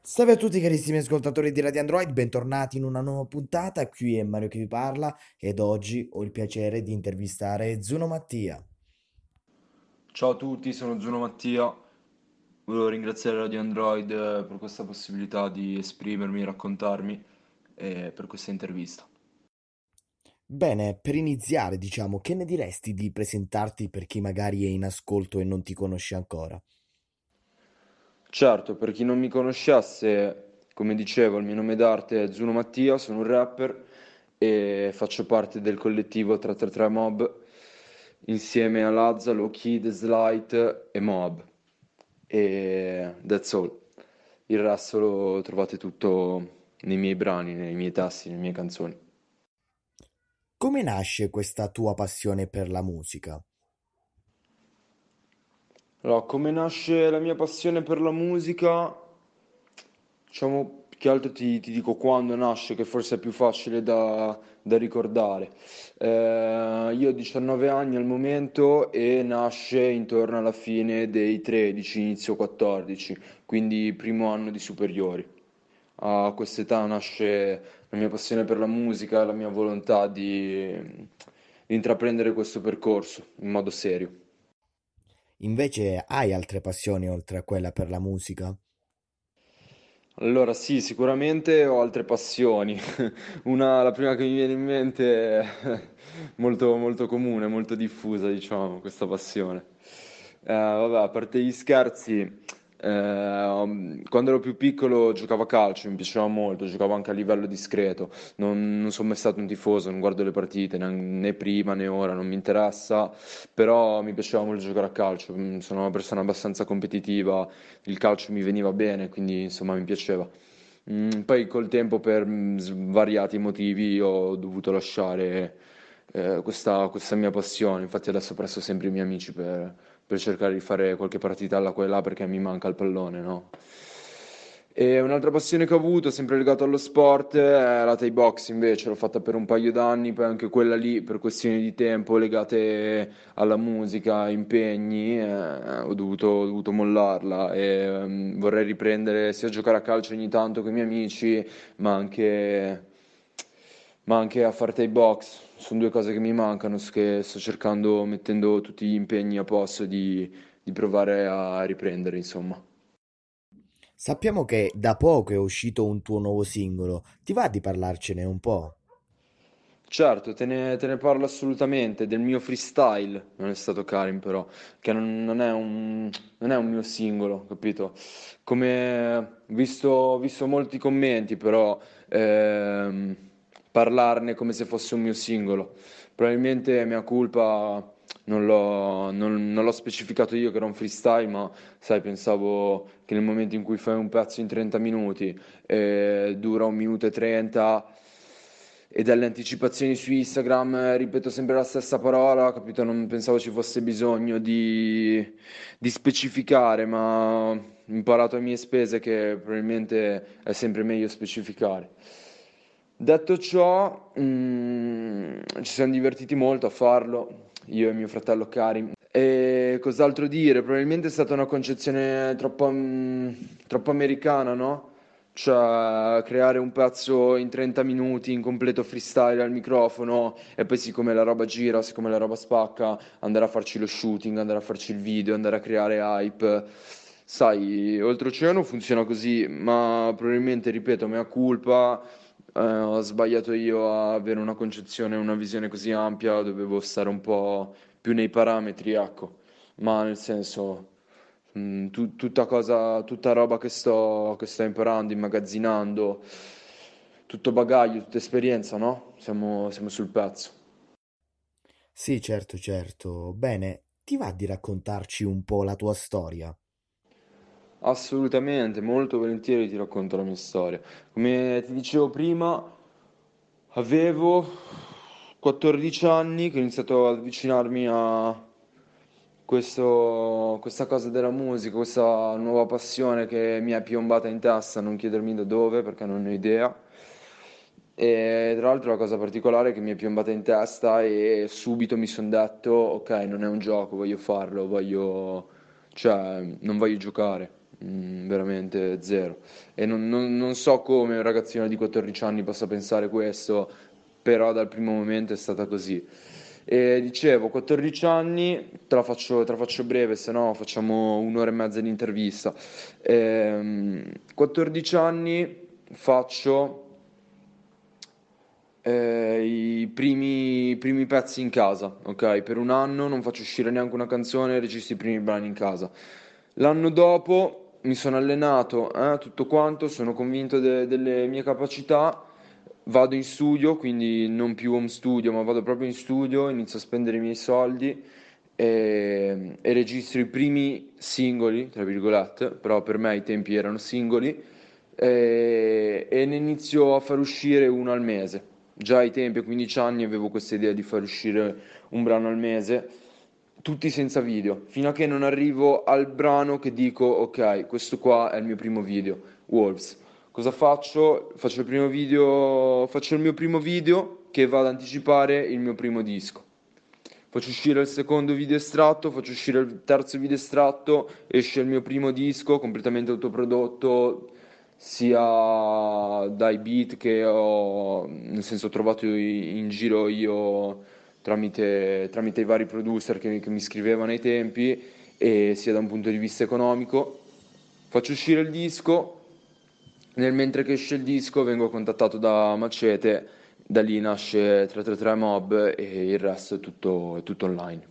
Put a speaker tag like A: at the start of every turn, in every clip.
A: Salve a tutti carissimi ascoltatori di Radio Android, bentornati in una nuova puntata, qui è Mario che vi parla ed oggi ho il piacere di intervistare Zuno Mattia.
B: Ciao a tutti, sono Giuno Mattia. Volevo ringraziare Radio Android per questa possibilità di esprimermi, raccontarmi e per questa intervista.
A: Bene, per iniziare, diciamo, che ne diresti di presentarti per chi magari è in ascolto e non ti conosce ancora?
B: Certo, per chi non mi conoscesse, come dicevo, il mio nome d'arte è Zuno Mattia, sono un rapper e faccio parte del collettivo 333 Mob insieme a Lazza, Low-Key, Slight e Mob. E that's all. Il resto lo trovate tutto nei miei brani, nei miei testi, nelle mie canzoni.
A: Come nasce questa tua passione per la musica?
B: Allora, come nasce la mia passione per la musica? Diciamo, più che altro ti dico quando nasce, che forse è più facile da ricordare. Io ho 19 anni al momento e nasce intorno alla fine dei 13, inizio 14, quindi primo anno di superiori. A quest'età nasce la mia passione per la musica e la mia volontà di intraprendere questo percorso in modo serio.
A: Invece hai altre passioni oltre a quella per la musica?
B: Allora, sì, sicuramente ho altre passioni. La prima che mi viene in mente è molto, molto comune, molto diffusa, diciamo, questa passione. Vabbè, a parte gli scherzi, quando ero più piccolo giocavo a calcio, mi piaceva molto, giocavo anche a livello discreto. Non sono mai stato un tifoso, non guardo le partite, né prima né ora, non mi interessa, però mi piaceva molto giocare a calcio. Sono una persona abbastanza competitiva, il calcio mi veniva bene, quindi insomma mi piaceva. Poi col tempo per svariati motivi ho dovuto lasciare questa mia passione, infatti adesso presto sempre i miei amici per cercare di fare qualche partita alla qua e là perché mi manca il pallone, no? E un'altra passione che ho avuto, sempre legato allo sport, è la Thai box invece, l'ho fatta per un paio d'anni, poi anche quella lì per questioni di tempo legate alla musica, impegni, ho dovuto mollarla e vorrei riprendere sia a giocare a calcio ogni tanto con i miei amici, ma anche, ma anche a fare Thai box. Sono due cose che mi mancano, che sto cercando, mettendo tutti gli impegni a posto, di provare a riprendere, insomma.
A: Sappiamo che da poco è uscito un tuo nuovo singolo, ti va di parlarcene un po'?
B: Certo, te ne parlo assolutamente, del mio freestyle, non è stato Karim però, che non è un mio singolo, capito? Come ho visto molti commenti, però ehm, parlarne come se fosse un mio singolo. Probabilmente mia colpa non l'ho specificato io che era un freestyle, ma sai, pensavo che nel momento in cui fai un pezzo in 30 minuti dura 1 minuto e 30 e dalle anticipazioni su Instagram ripeto sempre la stessa parola, capito? Non pensavo ci fosse bisogno di specificare, ma ho imparato a mie spese che probabilmente è sempre meglio specificare. Detto ciò, ci siamo divertiti molto a farlo, io e mio fratello Karim. E cos'altro dire? Probabilmente è stata una concezione troppo americana, no? Cioè, creare un pezzo in 30 minuti in completo freestyle al microfono e poi siccome la roba gira, siccome la roba spacca, andare a farci lo shooting, andare a farci il video, andare a creare hype. Sai, oltreoceano funziona così, ma probabilmente, ripeto, mea culpa, ho sbagliato io a avere una concezione, una visione così ampia, dovevo stare un po' più nei parametri, ecco. Ma nel senso, tutta roba che sto imparando, immagazzinando, tutto bagaglio, tutta esperienza, no? Siamo sul pezzo.
A: Sì, certo, certo. Bene, ti va di raccontarci un po' la tua storia?
B: Assolutamente, molto volentieri ti racconto la mia storia. Come ti dicevo prima, avevo 14 anni che ho iniziato ad avvicinarmi a questa cosa della musica, questa nuova passione che mi è piombata in testa, non chiedermi da dove perché non ho idea. E tra l'altro la cosa particolare è che mi è piombata in testa e subito mi sono detto, ok, non è un gioco, voglio farlo, cioè, non voglio giocare, veramente zero. E non so come un ragazzino di 14 anni possa pensare questo, però dal primo momento è stata così. E dicevo, 14 anni, te la faccio breve, se no facciamo un'ora e mezza di intervista. 14 anni faccio i primi pezzi in casa, ok? Per un anno non faccio uscire neanche una canzone, registro i primi brani in casa. L'anno dopo mi sono allenato, tutto quanto, sono convinto delle mie capacità, vado in studio, quindi non più home studio, ma vado proprio in studio, inizio a spendere i miei soldi e registro i primi singoli, tra virgolette, però per me ai tempi erano singoli, e ne inizio a far uscire uno al mese. Già ai tempi, a 15 anni, avevo questa idea di far uscire un brano al mese, tutti senza video, fino a che non arrivo al brano che dico, ok, questo qua è il mio primo video, Wolves. Cosa faccio? Faccio il mio primo video che va ad anticipare il mio primo disco. Faccio uscire il secondo video estratto, faccio uscire il terzo video estratto, esce il mio primo disco completamente autoprodotto, sia dai beat che ho, nel senso, ho trovato in giro io tramite i vari producer che mi scrivevano ai tempi, e sia da un punto di vista economico. Faccio uscire il disco, nel mentre che esce il disco vengo contattato da Macete, da lì nasce 333 Mob e il resto è tutto online.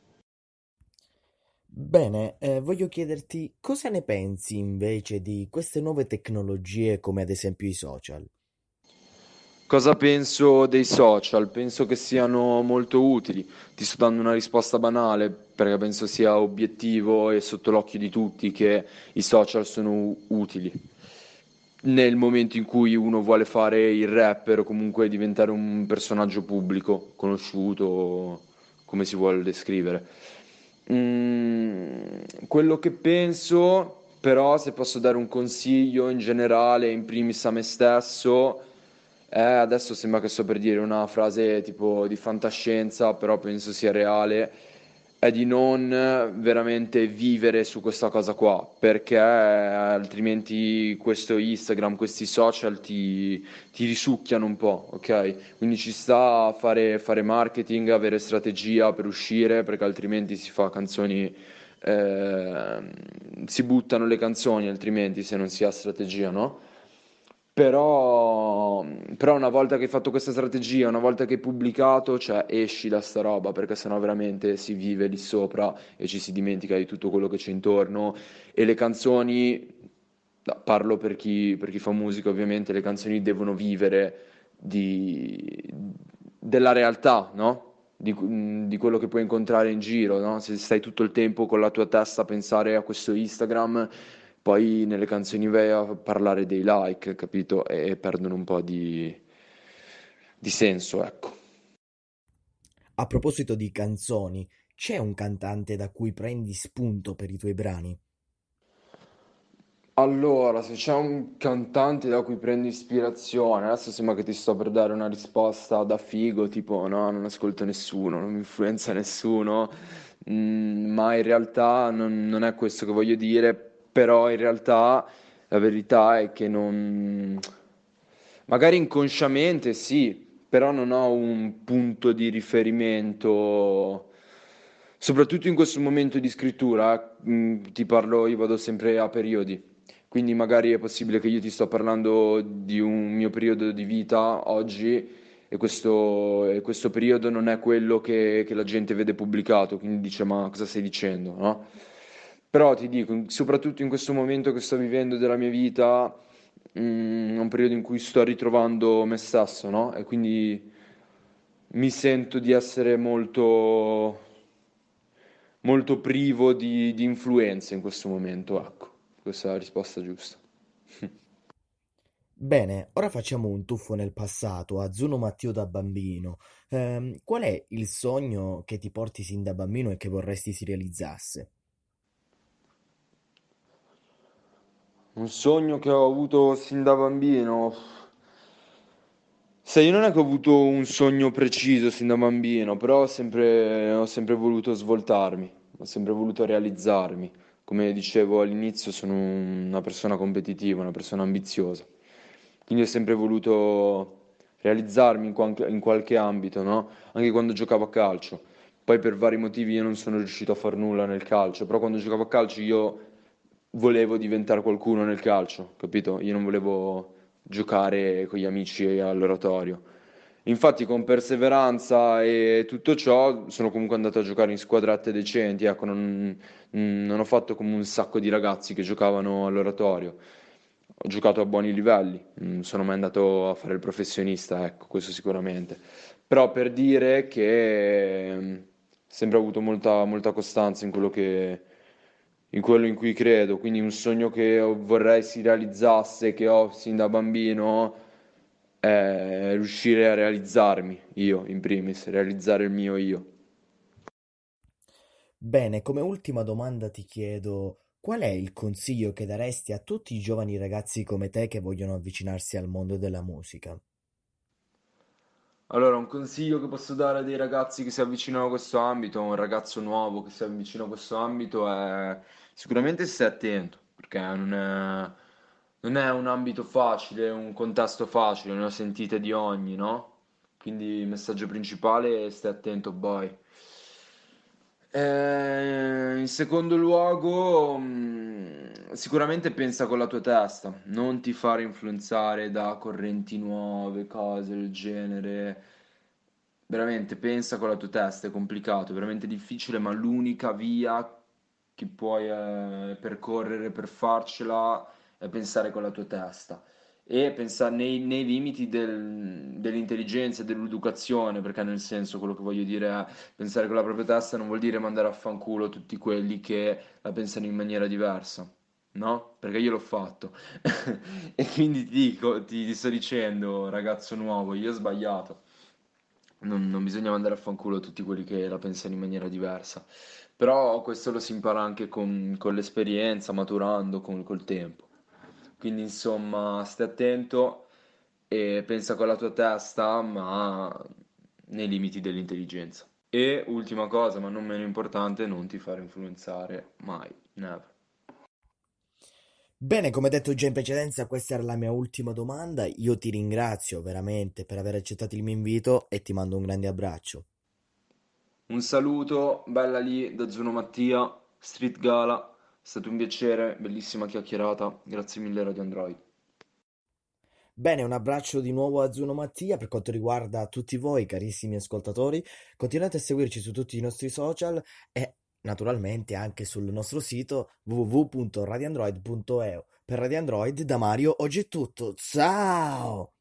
A: Bene, voglio chiederti cosa ne pensi invece di queste nuove tecnologie come ad esempio i social?
B: Cosa penso dei social? Penso che siano molto utili. Ti sto dando una risposta banale perché penso sia obiettivo e sotto l'occhio di tutti che i social sono utili. Nel momento in cui uno vuole fare il rapper o comunque diventare un personaggio pubblico, conosciuto, come si vuole descrivere. Quello che penso, però, se posso dare un consiglio in generale, in primis a me stesso, adesso sembra che sto per dire una frase tipo di fantascienza, però penso sia reale, è di non veramente vivere su questa cosa qua, perché altrimenti questo Instagram, questi social ti risucchiano un po', ok? Quindi ci sta a fare marketing, avere strategia per uscire, perché altrimenti si fa canzoni, si buttano le canzoni, altrimenti se non si ha strategia, no? Però una volta che hai fatto questa strategia, una volta che hai pubblicato, cioè esci da sta roba, perché sennò veramente si vive lì sopra e ci si dimentica di tutto quello che c'è intorno. E le canzoni, no, parlo per chi fa musica ovviamente, le canzoni devono vivere della realtà, no? Di quello che puoi incontrare in giro, no? Se stai tutto il tempo con la tua testa a pensare a questo Instagram, poi nelle canzoni vai a parlare dei like, capito? E perdono un po' di senso, ecco.
A: A proposito di canzoni, c'è un cantante da cui prendi spunto per i tuoi brani?
B: Allora, se c'è un cantante da cui prendo ispirazione, adesso sembra che ti sto per dare una risposta da figo, tipo no, non ascolto nessuno, non mi influenza nessuno. Ma in realtà non è questo che voglio dire, però in realtà la verità è che non... Magari inconsciamente sì, però non ho un punto di riferimento, soprattutto in questo momento di scrittura, ti parlo, io vado sempre a periodi, quindi magari è possibile che io ti sto parlando di un mio periodo di vita oggi e questo periodo non è quello che la gente vede pubblicato, quindi dice ma cosa stai dicendo, no? Però ti dico, soprattutto in questo momento che sto vivendo della mia vita, è un periodo in cui sto ritrovando me stesso, no? E quindi mi sento di essere molto, molto privo di influenze in questo momento, ecco. Questa è la risposta giusta.
A: Bene, ora facciamo un tuffo nel passato, a Zuno Matteo da bambino. Qual è il sogno che ti porti sin da bambino e che vorresti si realizzasse?
B: Un sogno che ho avuto sin da bambino. Sai, io non è che ho avuto un sogno preciso sin da bambino, però ho sempre voluto svoltarmi, ho sempre voluto realizzarmi. come dicevo all'inizio, sono una persona competitiva, una persona ambiziosa. Quindi ho sempre voluto realizzarmi in qualche ambito, no? Anche quando giocavo a calcio. Poi per vari motivi io non sono riuscito a far nulla nel calcio, però quando giocavo a calcio io volevo diventare qualcuno nel calcio, capito? Io non volevo giocare con gli amici all'oratorio. Infatti con perseveranza e tutto ciò sono comunque andato a giocare in squadrette decenti, ecco, non ho fatto come un sacco di ragazzi che giocavano all'oratorio. Ho giocato a buoni livelli, non sono mai andato a fare il professionista, ecco, questo sicuramente. Però per dire che sempre avuto molta costanza in quello in cui credo, quindi un sogno che vorrei si realizzasse, che ho sin da bambino, è riuscire a realizzarmi, io in primis, realizzare il mio io.
A: Bene, come ultima domanda ti chiedo, qual è il consiglio che daresti a tutti i giovani ragazzi come te che vogliono avvicinarsi al mondo della musica?
B: Allora, un consiglio che posso dare a dei ragazzi che si avvicinano a questo ambito, un ragazzo nuovo che si avvicina a questo ambito, è sicuramente stai attento, perché non è un ambito facile, un contesto facile, ne ho sentite di ogni, no? Quindi il messaggio principale è stai attento, boy. In secondo luogo, sicuramente pensa con la tua testa, non ti fare influenzare da correnti nuove, cose del genere. Veramente pensa con la tua testa, è complicato, è veramente difficile, ma l'unica via che puoi percorrere per farcela è pensare con la tua testa e pensare nei limiti dell'intelligenza e dell'educazione, perché nel senso quello che voglio dire è pensare con la propria testa non vuol dire mandare a fanculo tutti quelli che la pensano in maniera diversa, no? Perché io l'ho fatto. E quindi ti dico, ti sto dicendo, ragazzo nuovo, io ho sbagliato. Non bisogna mandare a fanculo tutti quelli che la pensano in maniera diversa. Però questo lo si impara anche con l'esperienza, maturando col tempo. Quindi insomma, stai attento e pensa con la tua testa, ma nei limiti dell'intelligenza. E ultima cosa, ma non meno importante, non ti fare influenzare mai, never.
A: Bene, come detto già in precedenza, questa era la mia ultima domanda. Io ti ringrazio veramente per aver accettato il mio invito e ti mando un grande abbraccio.
B: Un saluto, bella lì da Zuno Mattia, Street Gala, è stato un piacere, bellissima chiacchierata, grazie mille Radio Android.
A: Bene, un abbraccio di nuovo a Zuno Mattia per quanto riguarda tutti voi, carissimi ascoltatori. Continuate a seguirci su tutti i nostri social e naturalmente anche sul nostro sito www.radiandroid.eu. Per Radio Android da Mario oggi è tutto. Ciao!